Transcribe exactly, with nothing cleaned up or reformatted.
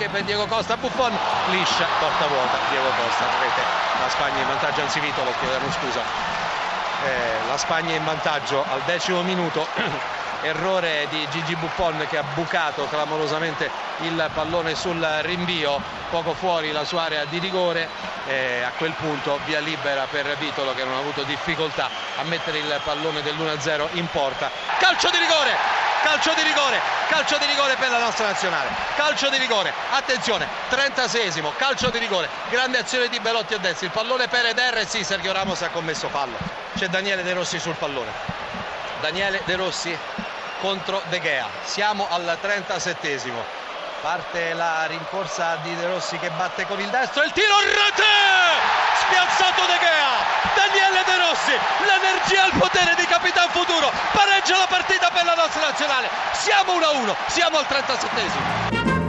per Diego Costa, Buffon, liscia, porta vuota, Diego Costa, vedete, la Spagna in vantaggio, anzi Vitolo, chiedono scusa, eh, la Spagna in vantaggio al decimo minuto, errore di Gigi Buffon che ha bucato clamorosamente il pallone sul rinvio, poco fuori la sua area di rigore, eh, a quel punto via libera per Vitolo che non ha avuto difficoltà a mettere il pallone dell'uno a zero in porta, calcio di rigore! Calcio di rigore, calcio di rigore per la nostra nazionale, calcio di rigore, attenzione, trentaseiesimo, calcio di rigore, grande azione di Belotti a destra, il pallone per Eder e sì, Sergio Ramos ha commesso fallo, c'è Daniele De Rossi sul pallone, Daniele De Rossi contro De Gea, siamo al trentasettesimo, parte la rincorsa di De Rossi che batte con il destro, il tiro, rete, spiazzato De Gea, Daniele De Rossi, l'energia al potere di Capitan Futuro, pareggia la partita per la nostra nazionale, siamo uno a uno, siamo al trentasettesimo.